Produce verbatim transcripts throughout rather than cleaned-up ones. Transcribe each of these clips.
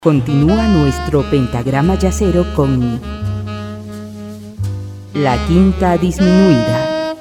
Continúa nuestro pentagrama yacero con la quinta disminuida.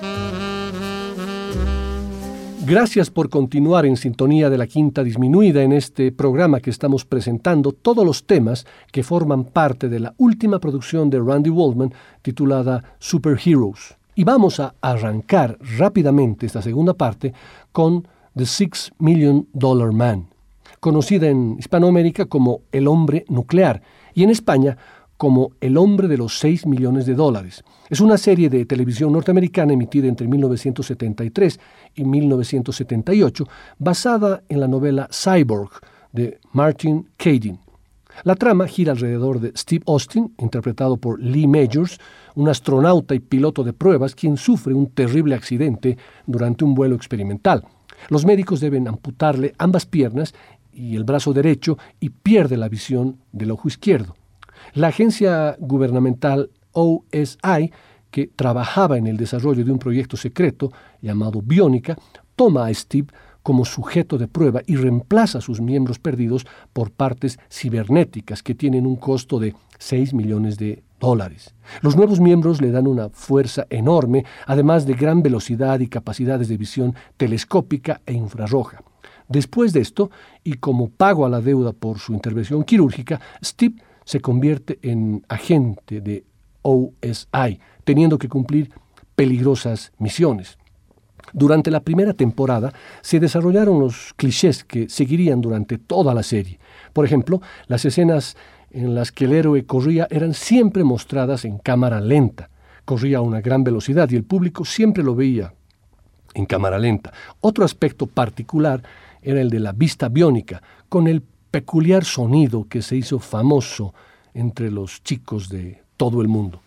Gracias por continuar en sintonía de la quinta disminuida en este programa que estamos presentando todos los temas que forman parte de la última producción de Randy Waldman titulada Superheroes. Y vamos a arrancar rápidamente esta segunda parte con The Six Million Dollar Man, conocida en Hispanoamérica como El Hombre Nuclear y en España como El Hombre de los seis millones de dólares. Es una serie de televisión norteamericana emitida entre mil novecientos setenta y tres y mil novecientos setenta y ocho, basada en la novela Cyborg de Martin Caidin. La trama gira alrededor de Steve Austin, interpretado por Lee Majors, un astronauta y piloto de pruebas quien sufre un terrible accidente durante un vuelo experimental. Los médicos deben amputarle ambas piernas y el brazo derecho y pierde la visión del ojo izquierdo. La agencia gubernamental O S I, que trabajaba en el desarrollo de un proyecto secreto llamado Biónica, toma a Steve como sujeto de prueba y reemplaza a sus miembros perdidos por partes cibernéticas que tienen un costo de seis millones de dólares. Los nuevos miembros le dan una fuerza enorme, además de gran velocidad y capacidades de visión telescópica e infrarroja. Después de esto, y como pago a la deuda por su intervención quirúrgica, Steve se convierte en agente de O S I, teniendo que cumplir peligrosas misiones. Durante la primera temporada se desarrollaron los clichés que seguirían durante toda la serie. Por ejemplo, las escenas en las que el héroe corría eran siempre mostradas en cámara lenta. Corría a una gran velocidad y el público siempre lo veía en cámara lenta. Otro aspecto particular era el de la vista biónica, con el peculiar sonido que se hizo famoso entre los chicos de todo el mundo.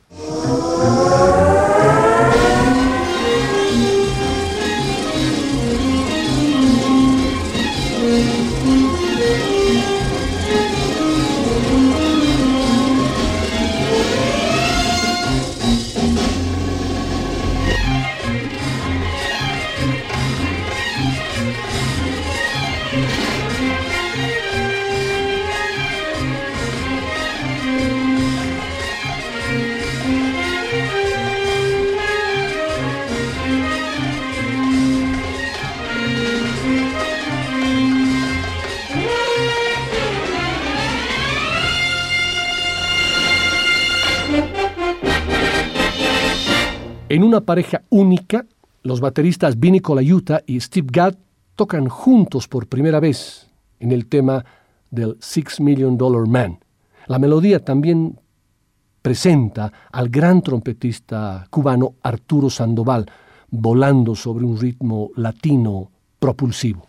En una pareja única, los bateristas Vinny Colaiuta y Steve Gadd tocan juntos por primera vez en el tema del Six Million Dollar Man. La melodía también presenta al gran trompetista cubano Arturo Sandoval volando sobre un ritmo latino propulsivo.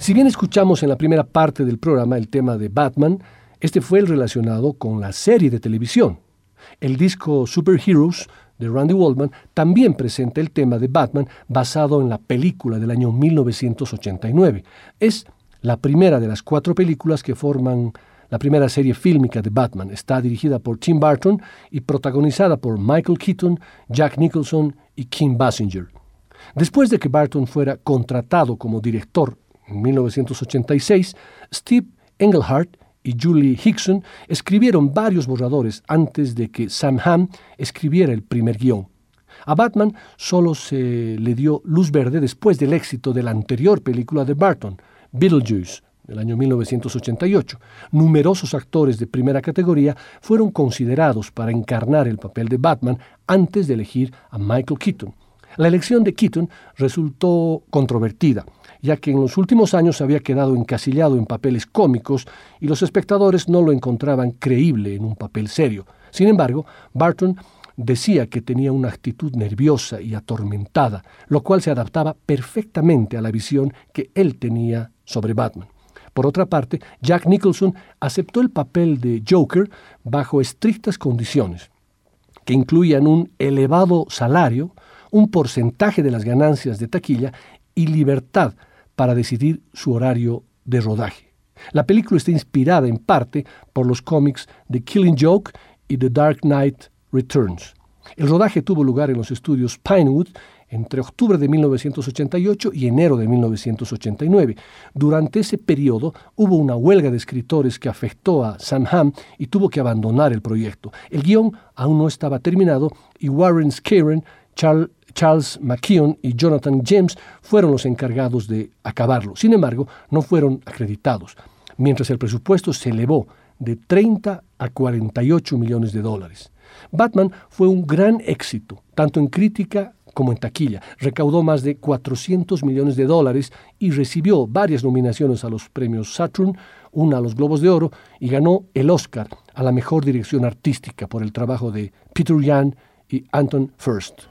Si bien escuchamos en la primera parte del programa el tema de Batman, este fue el relacionado con la serie de televisión. El disco Superheroes de Randy Waldman también presenta el tema de Batman basado en la película del año mil novecientos ochenta y nueve. Es la primera de las cuatro películas que forman la primera serie fílmica de Batman. Está dirigida por Tim Burton y protagonizada por Michael Keaton, Jack Nicholson y Kim Basinger. Después de que Burton fuera contratado como director en mil novecientos ochenta y seis, Steve Englehart y Julie Hickson escribieron varios borradores antes de que Sam Hamm escribiera el primer guión. A Batman solo se le dio luz verde después del éxito de la anterior película de Burton, Beetlejuice, del año mil novecientos ochenta y ocho. Numerosos actores de primera categoría fueron considerados para encarnar el papel de Batman antes de elegir a Michael Keaton. La elección de Keaton resultó controvertida, ya que en los últimos años había quedado encasillado en papeles cómicos y los espectadores no lo encontraban creíble en un papel serio. Sin embargo, Burton decía que tenía una actitud nerviosa y atormentada, lo cual se adaptaba perfectamente a la visión que él tenía sobre Batman. Por otra parte, Jack Nicholson aceptó el papel de Joker bajo estrictas condiciones, que incluían un elevado salario, un porcentaje de las ganancias de taquilla y libertad para decidir su horario de rodaje. La película está inspirada en parte por los cómics The Killing Joke y The Dark Knight Returns. El rodaje tuvo lugar en los estudios Pinewood entre octubre de mil novecientos ochenta y ocho y enero de mil novecientos ochenta y nueve. Durante ese periodo hubo una huelga de escritores que afectó a Sam Hamm y tuvo que abandonar el proyecto. El guión aún no estaba terminado y Warren Scarron, Charles Charles McKeon y Jonathan James fueron los encargados de acabarlo. Sin embargo, no fueron acreditados, mientras el presupuesto se elevó de treinta a cuarenta y ocho millones de dólares. Batman fue un gran éxito, tanto en crítica como en taquilla. Recaudó más de cuatrocientos millones de dólares y recibió varias nominaciones a los premios Saturn, una a los Globos de Oro, y ganó el Oscar a la mejor dirección artística por el trabajo de Peter Yan y Anton Furst.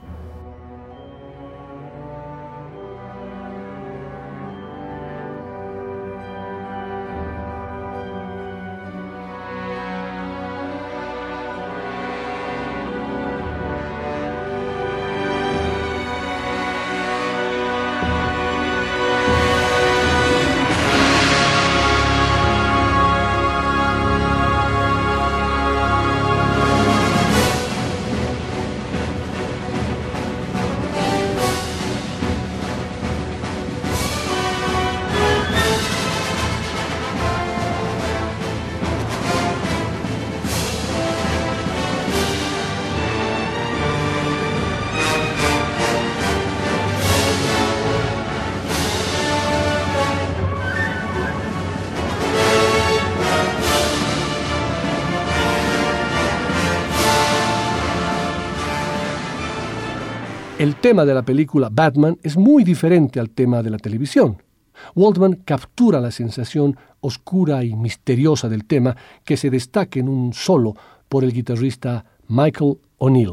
El tema de la película Batman es muy diferente al tema de la televisión. Waldman captura la sensación oscura y misteriosa del tema, que se destaca en un solo por el guitarrista Michael O'Neill.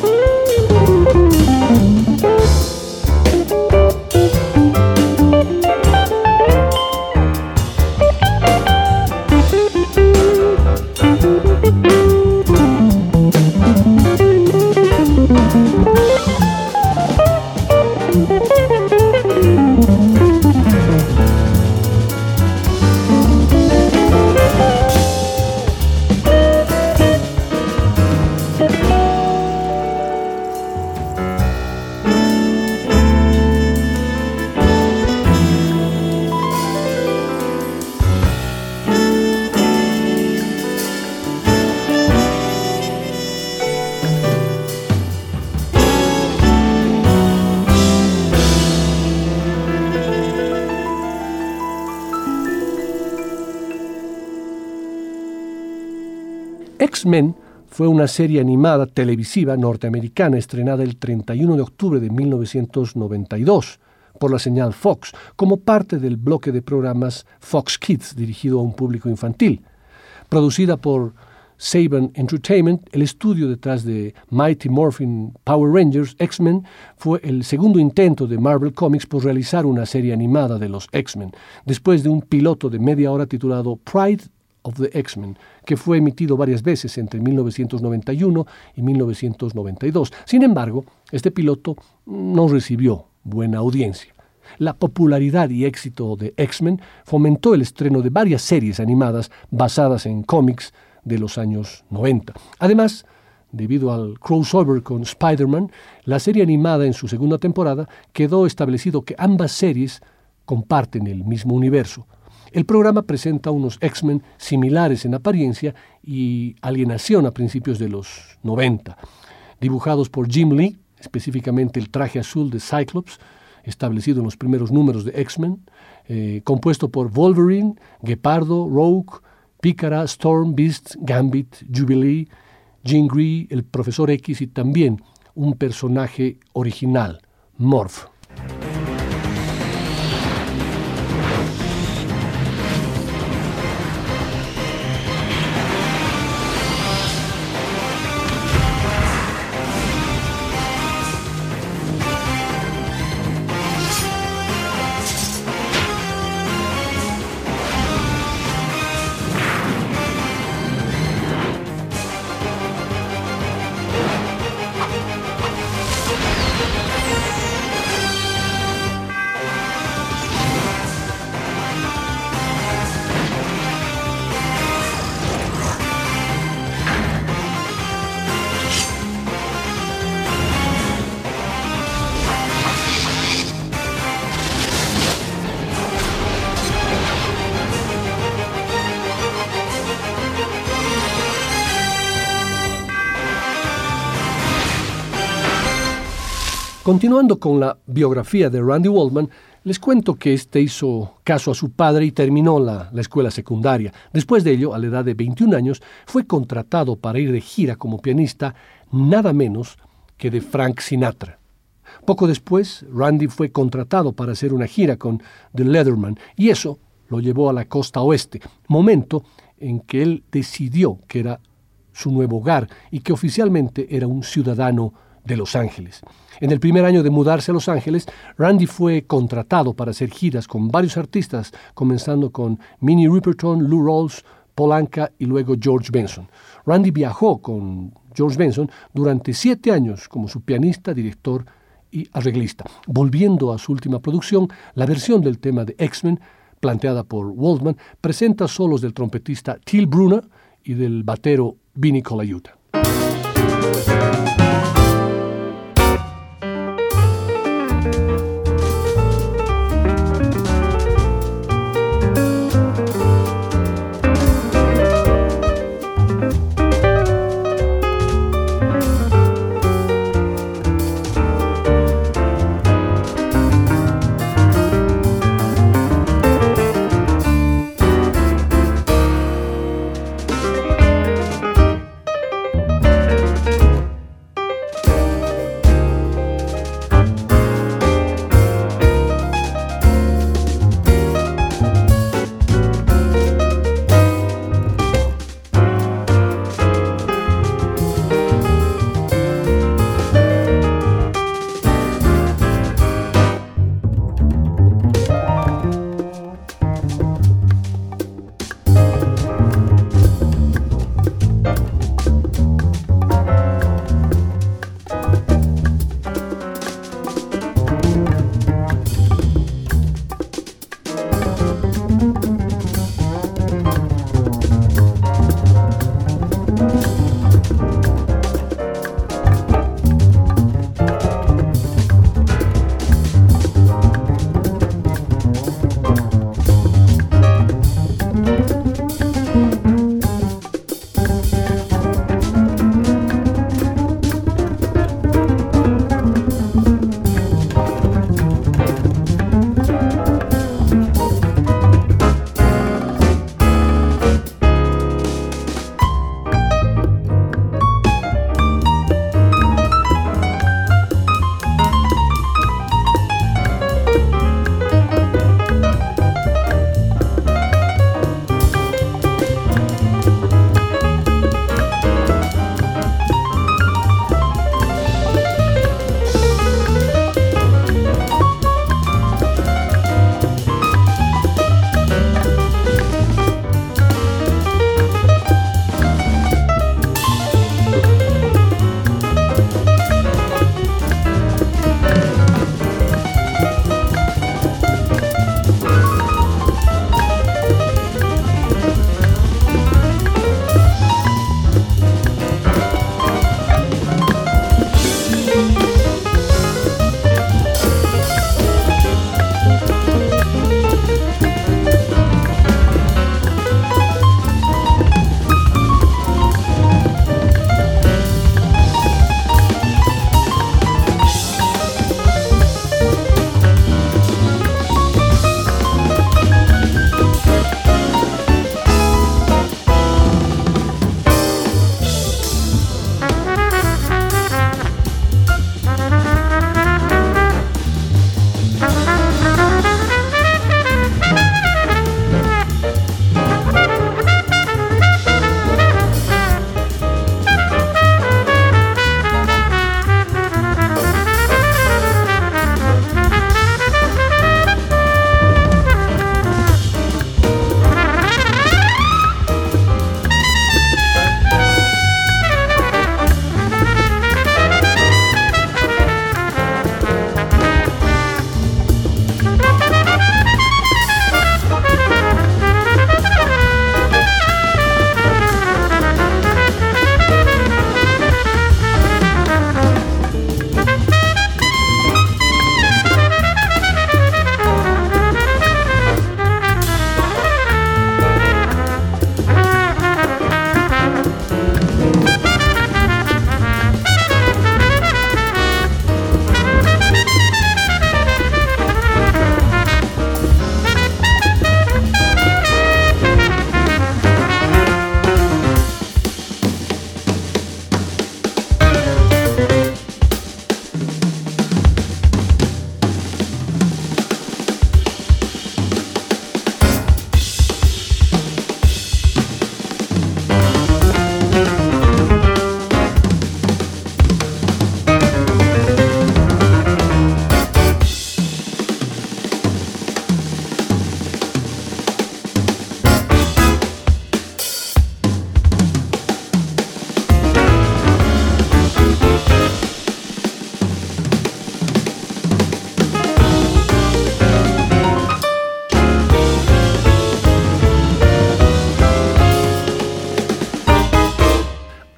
X-Men fue una serie animada televisiva norteamericana estrenada el treinta y uno de octubre de mil novecientos noventa y dos por la señal Fox, como parte del bloque de programas Fox Kids dirigido a un público infantil. Producida por Saban Entertainment, el estudio detrás de Mighty Morphin Power Rangers, X-Men fue el segundo intento de Marvel Comics por realizar una serie animada de los X-Men, después de un piloto de media hora titulado Pride of the X-Men, que fue emitido varias veces entre mil novecientos noventa y uno y mil novecientos noventa y dos. Sin embargo, este piloto no recibió buena audiencia. La popularidad y éxito de X-Men fomentó el estreno de varias series animadas basadas en cómics de los años noventa. Además, debido al crossover con Spider-Man, la serie animada en su segunda temporada quedó establecido que ambas series comparten el mismo universo. El programa presenta unos X-Men similares en apariencia y alienación a principios de los noventa, dibujados por Jim Lee, específicamente el traje azul de Cyclops, establecido en los primeros números de X-Men, eh, compuesto por Wolverine, Gepardo, Rogue, Pícara, Storm, Beast, Gambit, Jubilee, Jean Grey, el Profesor X y también un personaje original, Morph. Continuando con la biografía de Randy Waldman, les cuento que este hizo caso a su padre y terminó la, la escuela secundaria. Después de ello, a la edad de veintiún años, fue contratado para ir de gira como pianista nada menos que de Frank Sinatra. Poco después, Randy fue contratado para hacer una gira con The Leatherman y eso lo llevó a la costa oeste, momento en que él decidió que era su nuevo hogar y que oficialmente era un ciudadano de Los Ángeles. En el primer año de mudarse a Los Ángeles, Randy fue contratado para hacer giras con varios artistas, comenzando con Minnie Riperton, Lou Rawls, Paul Anka y luego George Benson. Randy viajó con George Benson durante siete años como su pianista, director y arreglista. Volviendo a su última producción, la versión del tema de X-Men, planteada por Waldman, presenta solos del trompetista Till Brunner y del batero Vinnie Colaiuta.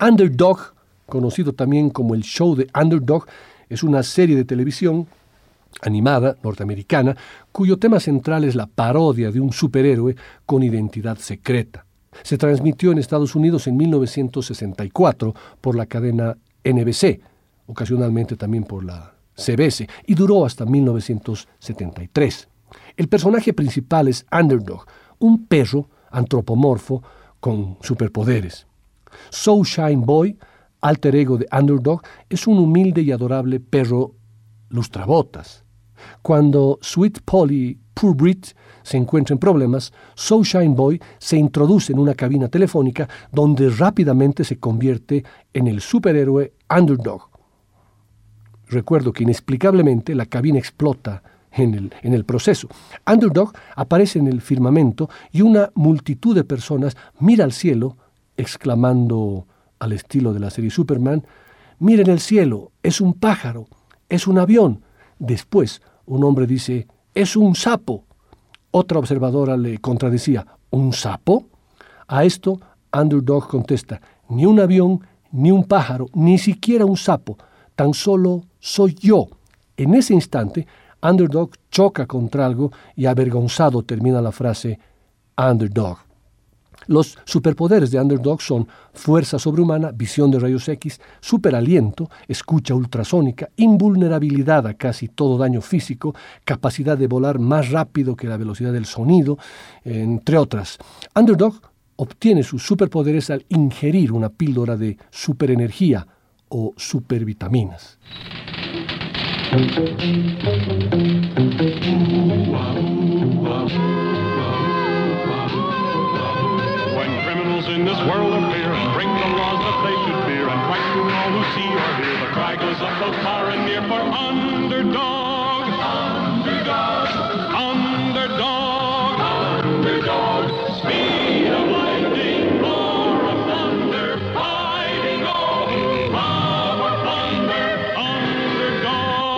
Underdog, conocido también como el show de Underdog, es una serie de televisión animada norteamericana cuyo tema central es la parodia de un superhéroe con identidad secreta. Se transmitió en Estados Unidos en mil novecientos sesenta y cuatro por la cadena N B C, ocasionalmente también por la C B S, y duró hasta mil novecientos setenta y tres. El personaje principal es Underdog, un perro antropomorfo con superpoderes. Sunshine Boy, alter ego de Underdog, es un humilde y adorable perro lustrabotas. Cuando Sweet Polly Purebred se encuentra en problemas, Sunshine Boy se introduce en una cabina telefónica donde rápidamente se convierte en el superhéroe Underdog. Recuerdo que inexplicablemente la cabina explota en el, en el proceso. Underdog aparece en el firmamento y una multitud de personas mira al cielo exclamando al estilo de la serie Superman: «Miren el cielo, es un pájaro, es un avión». Después, un hombre dice: «Es un sapo». Otra observadora le contradecía: «¿Un sapo?». A esto, Underdog contesta: «Ni un avión, ni un pájaro, ni siquiera un sapo, tan solo soy yo». En ese instante, Underdog choca contra algo y avergonzado termina la frase Underdog. Los superpoderes de Underdog son fuerza sobrehumana, visión de rayos X, superaliento, escucha ultrasónica, invulnerabilidad a casi todo daño físico, capacidad de volar más rápido que la velocidad del sonido, entre otras. Underdog obtiene sus superpoderes al ingerir una píldora de superenergía o supervitaminas. In this world appear and bring the laws that they should fear and frighten all who see or hear. The cry goes up both far and near for underdog, underdog, underdog, underdog. Speed of lightning, roar of thunder, fighting all who love or plunder. Underdog,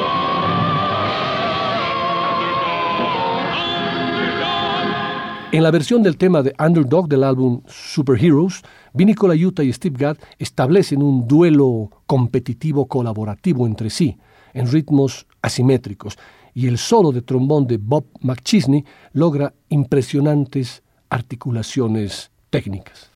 underdog, underdog. En la versión del tema de Underdog del álbum Superheroes, Vinnie Colaiuta y Steve Gadd establecen un duelo competitivo colaborativo entre sí, en ritmos asimétricos, y el solo de trombón de Bob McChesney logra impresionantes articulaciones técnicas.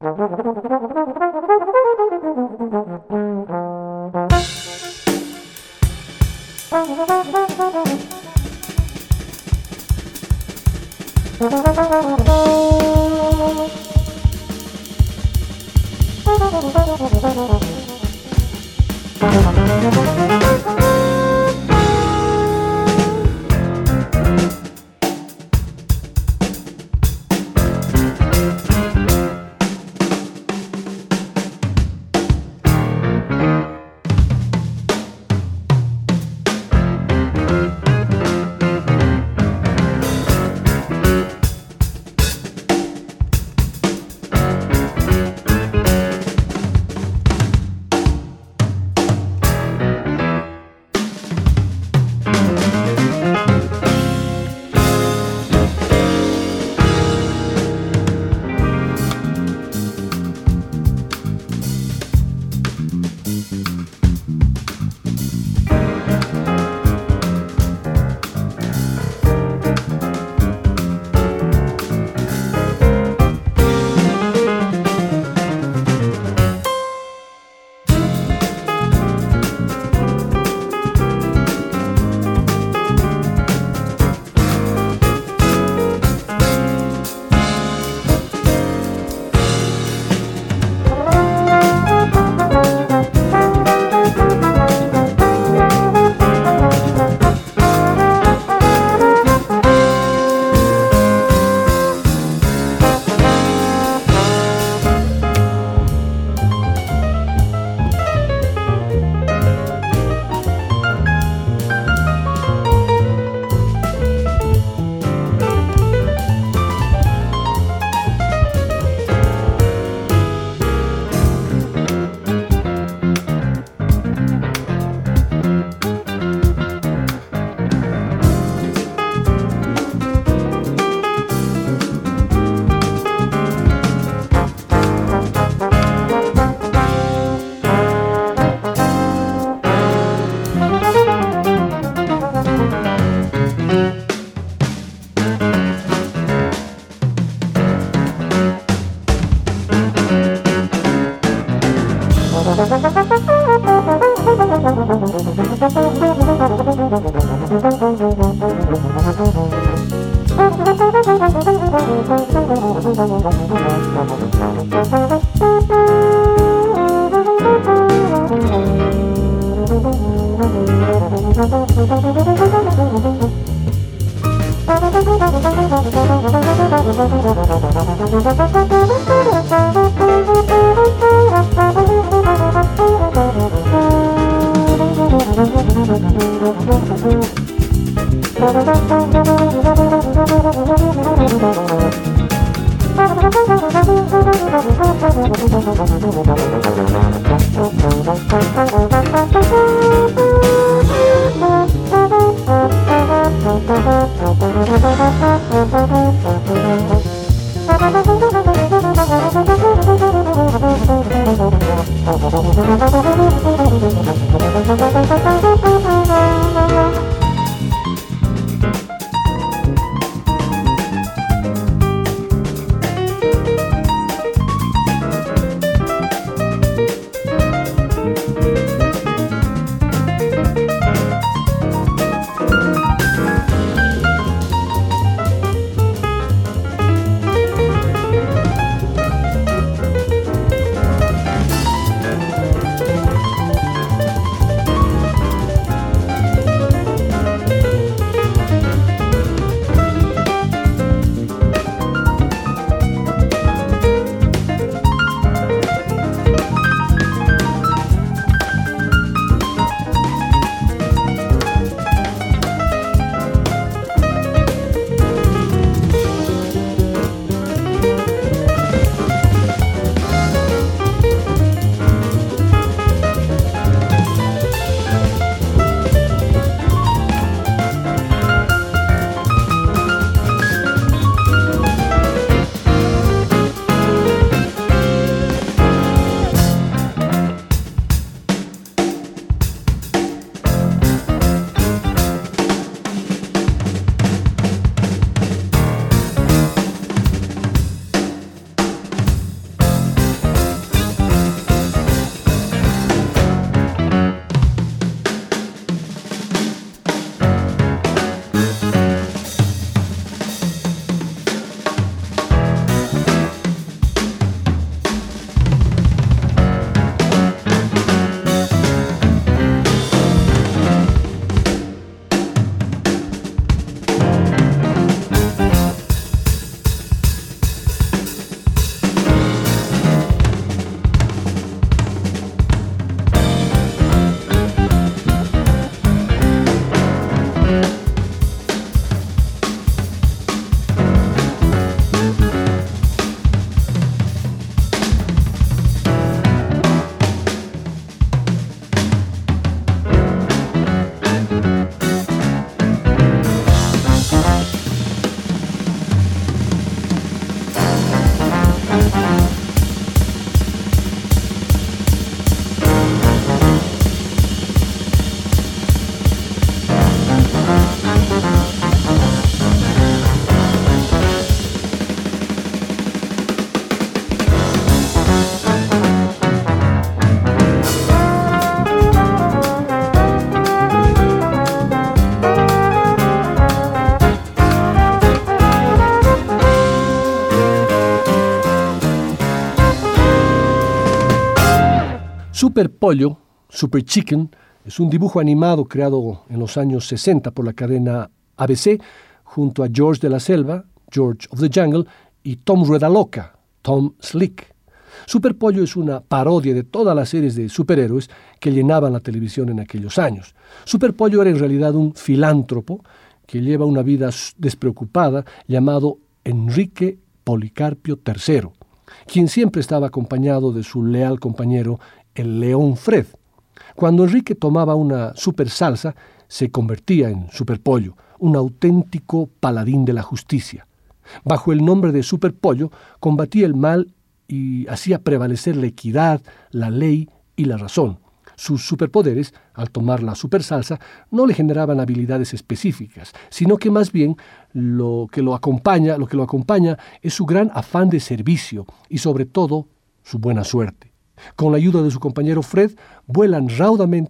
Super Pollo, Super Chicken, es un dibujo animado creado en los años sesenta por la cadena A B C junto a George de la Selva, George of the Jungle, y Tom Rueda Loca, Tom Slick. Super Pollo es una parodia de todas las series de superhéroes que llenaban la televisión en aquellos años. Super Pollo era en realidad un filántropo que lleva una vida despreocupada llamado Enrique Policarpio tercero, quien siempre estaba acompañado de su leal compañero, el León Fred. Cuando Enrique tomaba una super salsa, se convertía en Super Pollo, un auténtico paladín de la justicia. Bajo el nombre de Super Pollo, combatía el mal y hacía prevalecer la equidad, la ley y la razón. Sus superpoderes, al tomar la super salsa, no le generaban habilidades específicas, sino que más bien lo que lo acompaña, lo que lo acompaña es su gran afán de servicio y sobre todo su buena suerte. Con la ayuda de su compañero Fred, vuelan raudamente,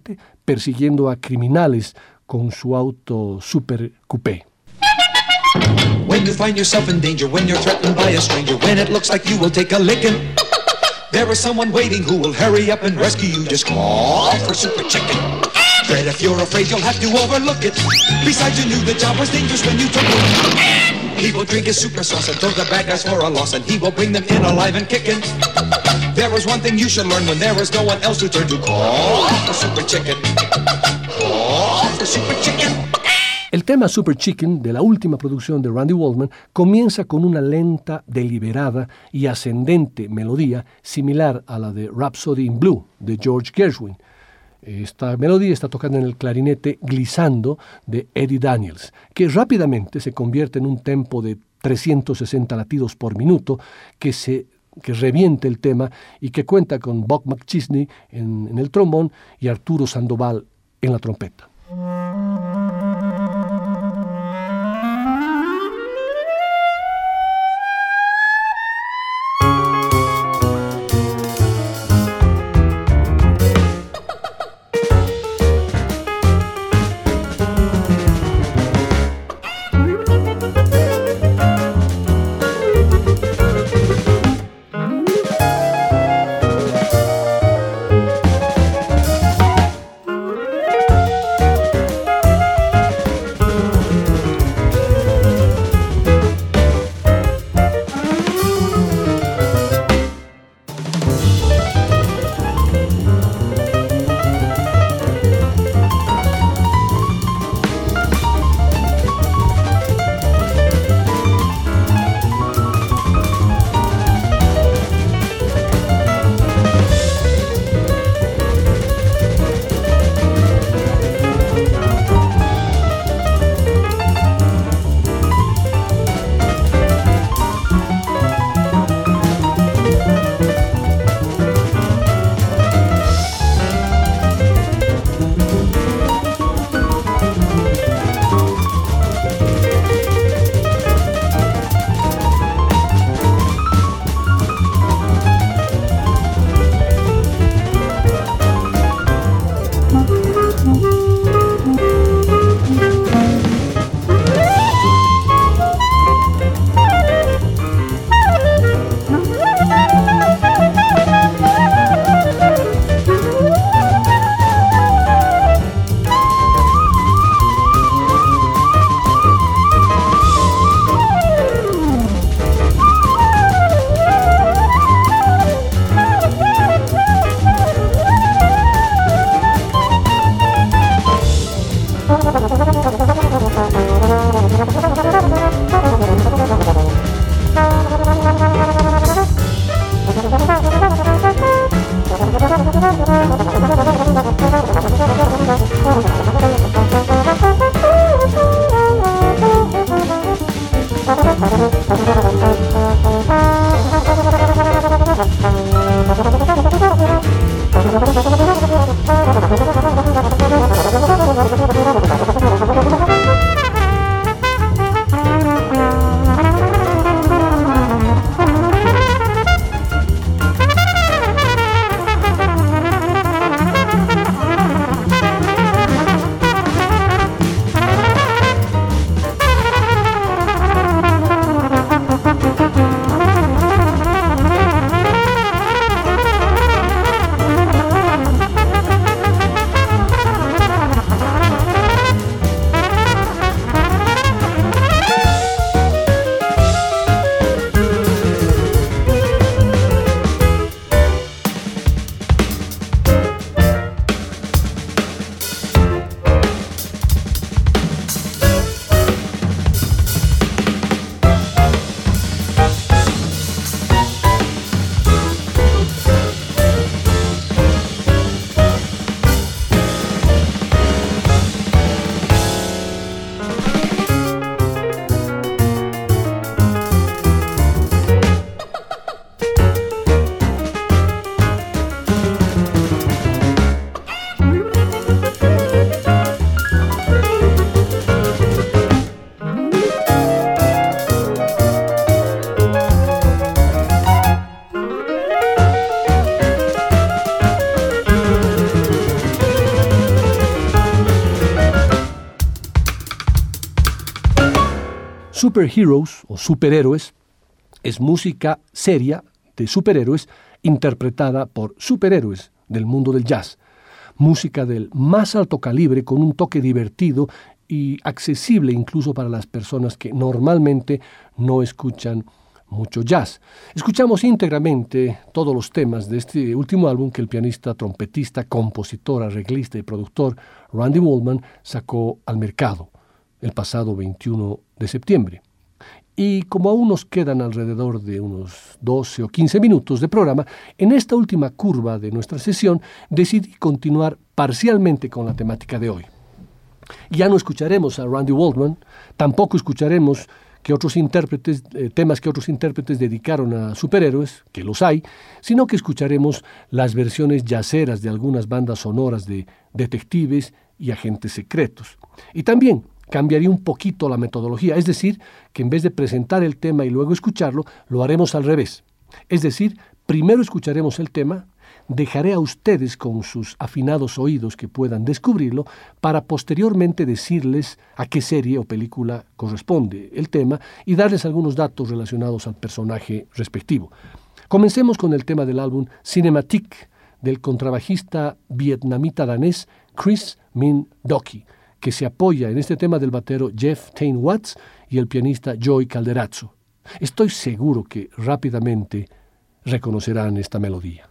persiguiendo a criminales con su auto super coupé. When you find yourself in danger, when you're threatened by a stranger, when it looks like you will take a licking, there is someone waiting who will hurry up and rescue you. Just call for Super Chicken. But if you're afraid, you'll have to overlook it. Besides, you knew the job was dangerous when you took it. He will drink his super sauce and throw the bad guys for a loss, and he will bring them in alive and kicking. There is one thing you should learn when there is no one else to turn to. Call for Super Chicken. Call for Super Chicken. El tema Super Chicken de la última producción de Randy Waldman comienza con una lenta, deliberada y ascendente melodía similar a la de Rhapsody in Blue de George Gershwin. Esta melodía está tocada en el clarinete glissando de Eddie Daniels, que rápidamente se convierte en un tempo de trescientos sesenta latidos por minuto que se que reviente el tema y que cuenta con Buck McChesney en, en el trombón y Arturo Sandoval en la trompeta. Superheroes o superhéroes es música seria de superhéroes interpretada por superhéroes del mundo del jazz. Música del más alto calibre con un toque divertido y accesible incluso para las personas que normalmente no escuchan mucho jazz. Escuchamos íntegramente todos los temas de este último álbum que el pianista, trompetista, compositor, arreglista y productor Randy Waldman sacó al mercado el pasado veintiuno de septiembre. Y como aún nos quedan alrededor de unos doce o quince minutos de programa, en esta última curva de nuestra sesión decidí continuar parcialmente con la temática de hoy. Ya no escucharemos a Randy Waldman, tampoco escucharemos que otros intérpretes, eh, temas que otros intérpretes dedicaron a superhéroes, que los hay, sino que escucharemos las versiones jazzeras de algunas bandas sonoras de detectives y agentes secretos. Y también cambiaría un poquito la metodología, es decir, que en vez de presentar el tema y luego escucharlo, lo haremos al revés. Es decir, primero escucharemos el tema, dejaré a ustedes con sus afinados oídos que puedan descubrirlo, para posteriormente decirles a qué serie o película corresponde el tema y darles algunos datos relacionados al personaje respectivo. Comencemos con el tema del álbum Cinematique del contrabajista vietnamita danés Chris Minh Doky, que se apoya en este tema del batero Jeff Tain Watts y el pianista Joey Calderazzo. Estoy seguro que rápidamente reconocerán esta melodía.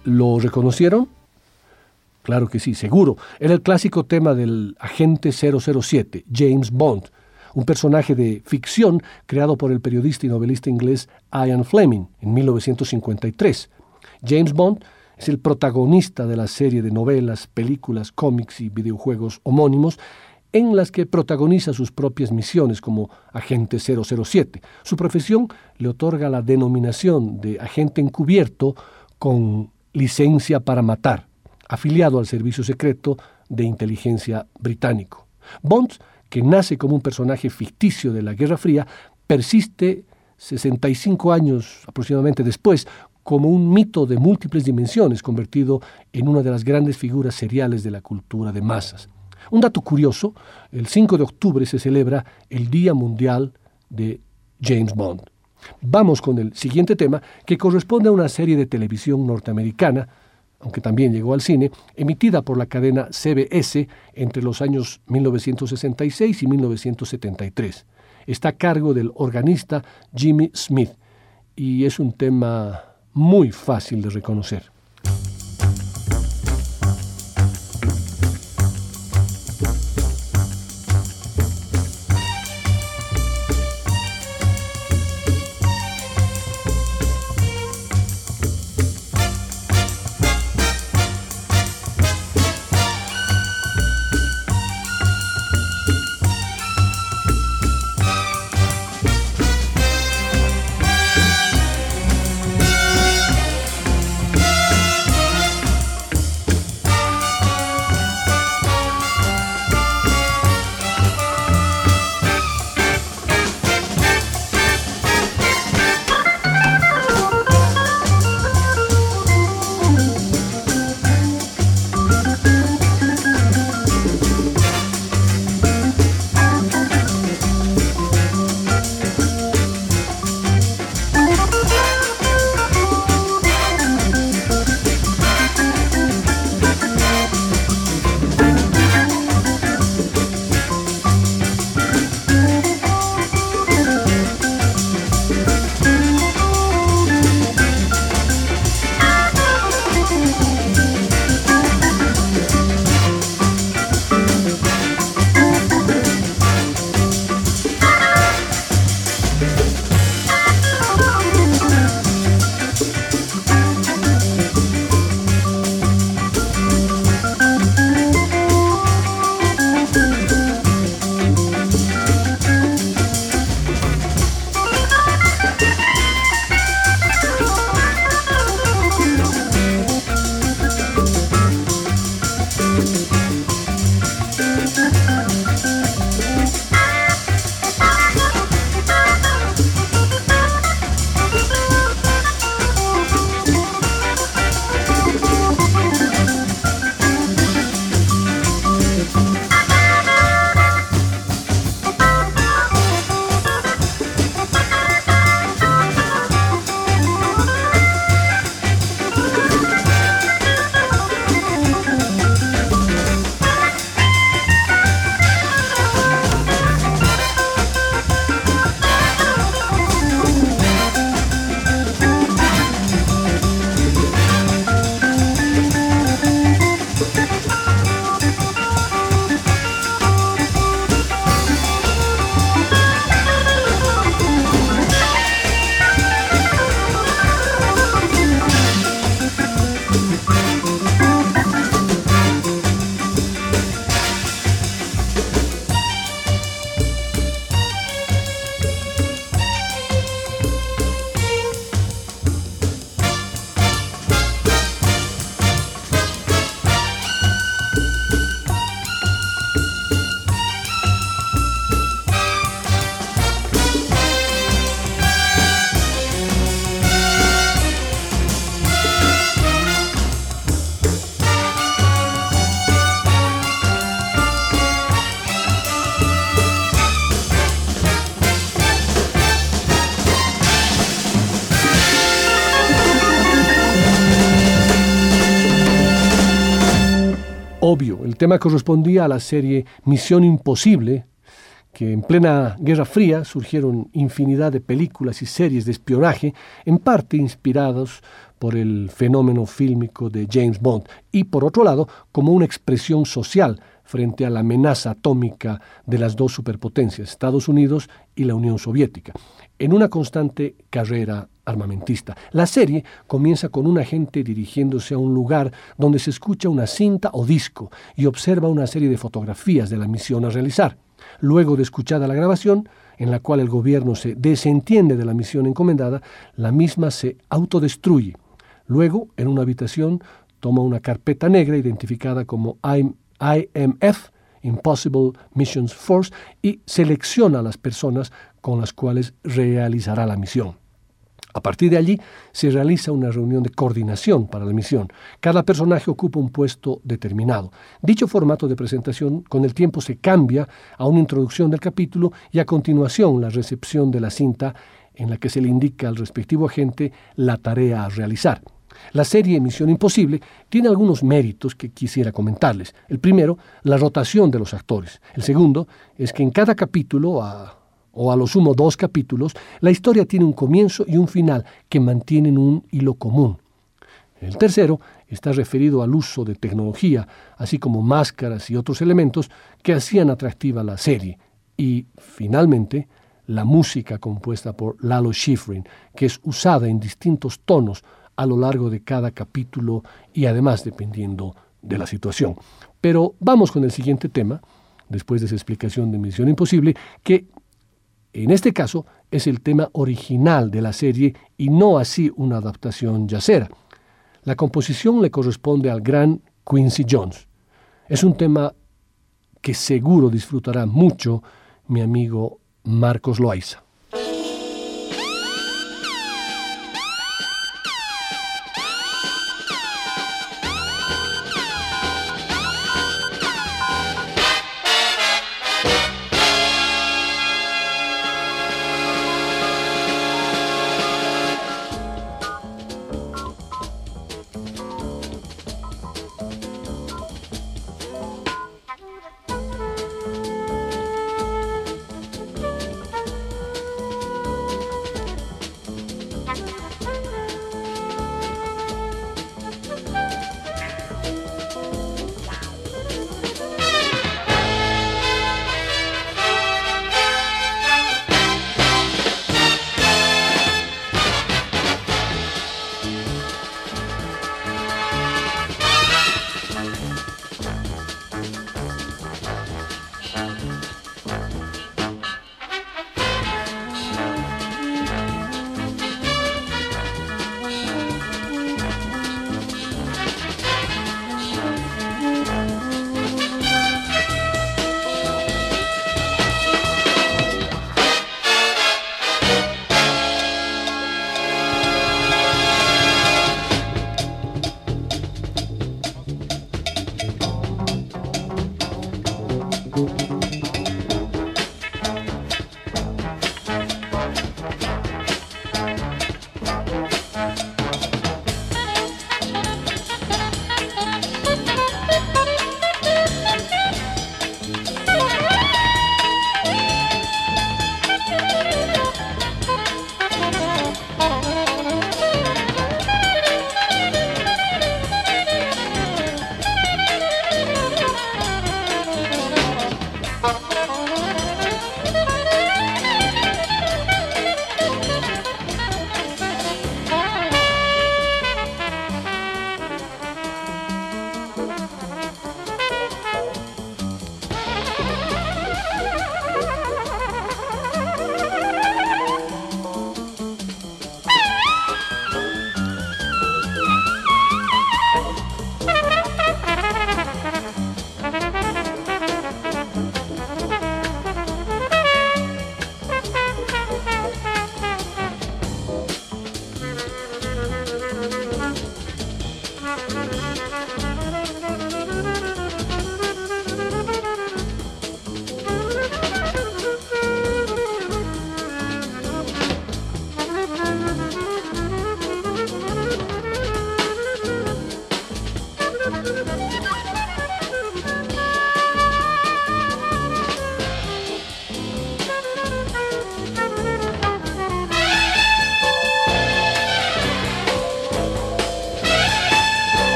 ¿Lo reconocieron? Claro que sí, seguro. Era el clásico tema del agente cero cero siete, James Bond, un personaje de ficción creado por el periodista y novelista inglés Ian Fleming en mil novecientos cincuenta y tres. James Bond es el protagonista de la serie de novelas, películas, cómics y videojuegos homónimos en las que protagoniza sus propias misiones como agente cero cero siete. Su profesión le otorga la denominación de agente encubierto con licencia para matar, afiliado al servicio secreto de inteligencia británico. Bond, que nace como un personaje ficticio de la Guerra Fría, persiste sesenta y cinco años aproximadamente después como un mito de múltiples dimensiones, convertido en una de las grandes figuras seriales de la cultura de masas. Un dato curioso, el cinco de octubre se celebra el Día Mundial de James Bond. Vamos con el siguiente tema, que corresponde a una serie de televisión norteamericana, aunque también llegó al cine, emitida por la cadena C B S entre los años mil novecientos sesenta y seis y mil novecientos setenta y tres. Está a cargo del organista Jimmy Smith y es un tema muy fácil de reconocer. Obvio, el tema correspondía a la serie Misión Imposible, que en plena Guerra Fría surgieron infinidad de películas y series de espionaje, en parte inspirados por el fenómeno fílmico de James Bond, y por otro lado, como una expresión social frente a la amenaza atómica de las dos superpotencias, Estados Unidos y la Unión Soviética, en una constante carrera armamentista. La serie comienza con un agente dirigiéndose a un lugar donde se escucha una cinta o disco y observa una serie de fotografías de la misión a realizar. Luego de escuchada la grabación, en la cual el gobierno se desentiende de la misión encomendada, la misma se autodestruye. Luego, en una habitación, toma una carpeta negra identificada como I M F, Impossible Missions Force, y selecciona a las personas con las cuales realizará la misión. A partir de allí se realiza una reunión de coordinación para la misión. Cada personaje ocupa un puesto determinado. Dicho formato de presentación con el tiempo se cambia a una introducción del capítulo y a continuación la recepción de la cinta en la que se le indica al respectivo agente la tarea a realizar. La serie Misión Imposible tiene algunos méritos que quisiera comentarles. El primero, la rotación de los actores. El segundo es que en cada capítulo, a, o a lo sumo dos capítulos, la historia tiene un comienzo y un final que mantienen un hilo común. El tercero está referido al uso de tecnología, así como máscaras y otros elementos que hacían atractiva la serie. Y, finalmente, la música compuesta por Lalo Schifrin, que es usada en distintos tonos a lo largo de cada capítulo y además dependiendo de la situación. Pero vamos con el siguiente tema, después de esa explicación de Misión Imposible, que en este caso es el tema original de la serie y no así una adaptación yacera. La composición le corresponde al gran Quincy Jones. Es un tema que seguro disfrutará mucho mi amigo Marcos Loaiza.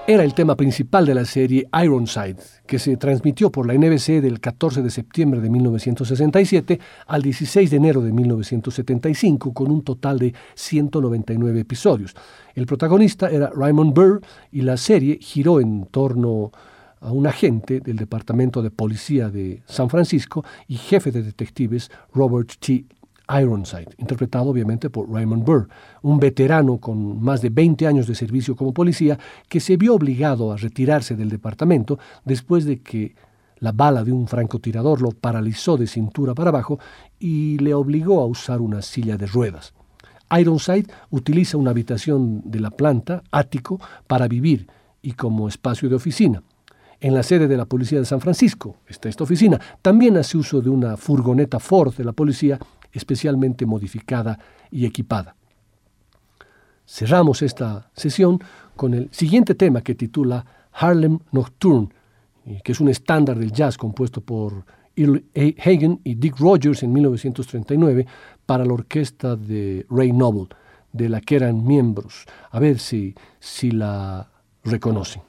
Era el tema principal de la serie Ironside, que se transmitió por la N B C del catorce de septiembre de mil novecientos sesenta y siete al dieciséis de enero de mil novecientos setenta y cinco, con un total de ciento noventa y nueve episodios. El protagonista era Raymond Burr y la serie giró en torno a un agente del Departamento de Policía de San Francisco y jefe de detectives Robert T. Ironside, interpretado obviamente por Raymond Burr, un veterano con más de veinte años de servicio como policía que se vio obligado a retirarse del departamento después de que la bala de un francotirador lo paralizó de cintura para abajo y le obligó a usar una silla de ruedas. Ironside utiliza una habitación de la planta, ático, para vivir y como espacio de oficina. En la sede de la Policía de San Francisco está esta oficina. También hace uso de una furgoneta Ford de la policía especialmente modificada y equipada. Cerramos esta sesión con el siguiente tema que titula Harlem Nocturne, que es un estándar del jazz compuesto por Earl Hagen y Dick Rogers en mil novecientos treinta y nueve para la orquesta de Ray Noble, de la que eran miembros. A ver si, si la reconocen.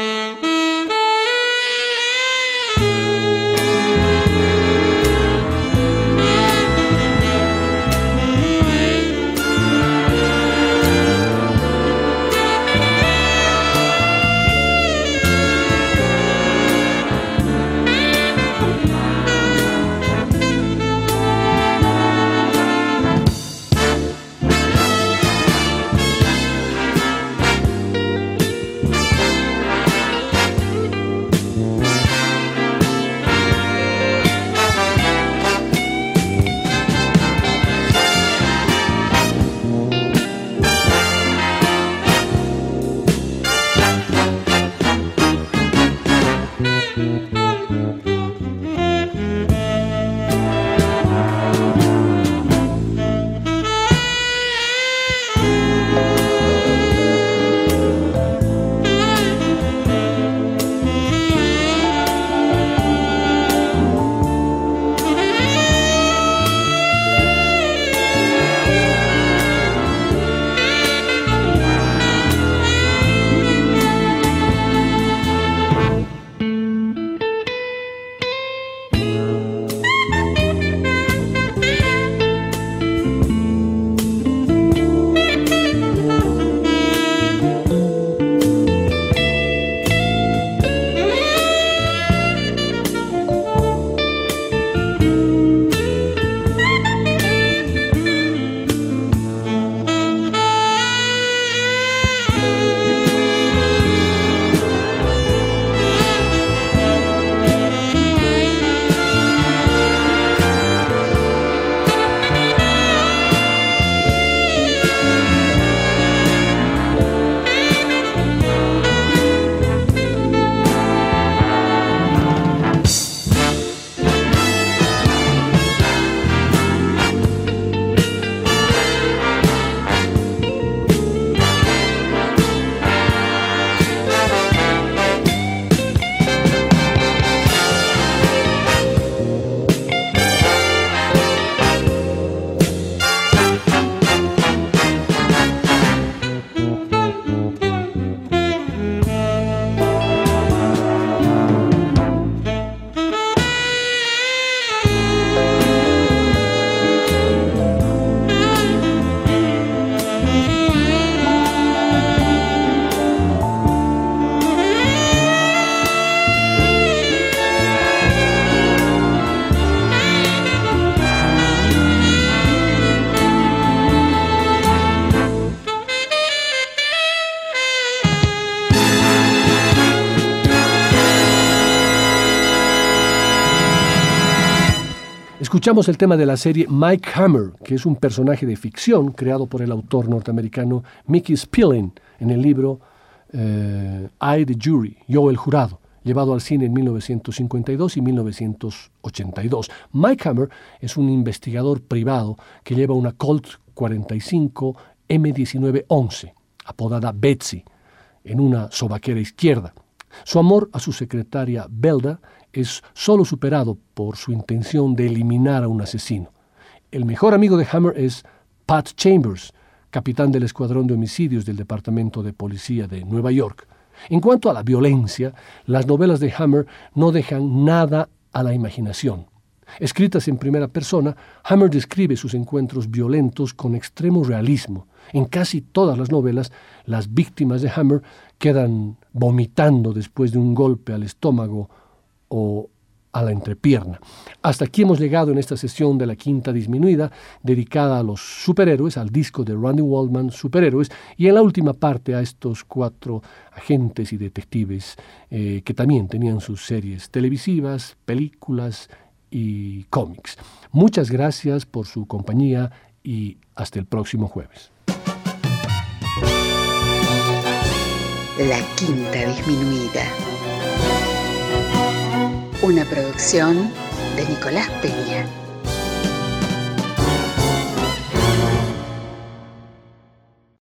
Escuchamos el tema de la serie Mike Hammer, que es un personaje de ficción creado por el autor norteamericano Mickey Spillane en el libro eh, I, the Jury, Yo el Jurado, llevado al cine en mil novecientos cincuenta y dos y mil novecientos ochenta y dos. Mike Hammer es un investigador privado que lleva una Colt cuarenta y cinco M diecinueve once, apodada Betsy, en una sobaquera izquierda. Su amor a su secretaria Belda es solo superado por su intención de eliminar a un asesino. El mejor amigo de Hammer es Pat Chambers, capitán del escuadrón de homicidios del Departamento de Policía de Nueva York. En cuanto a la violencia, las novelas de Hammer no dejan nada a la imaginación. Escritas en primera persona, Hammer describe sus encuentros violentos con extremo realismo. En casi todas las novelas, las víctimas de Hammer quedan vomitando después de un golpe al estómago o a la entrepierna. Hasta aquí hemos llegado en esta sesión de la quinta disminuida, dedicada a los superhéroes, al disco de Randy Waldman, Superhéroes, y en la última parte a estos cuatro agentes y detectives eh, que también tenían sus series televisivas, películas y cómics. Muchas gracias por su compañía y hasta el próximo jueves. La quinta disminuida. Una producción de Nicolás Peña.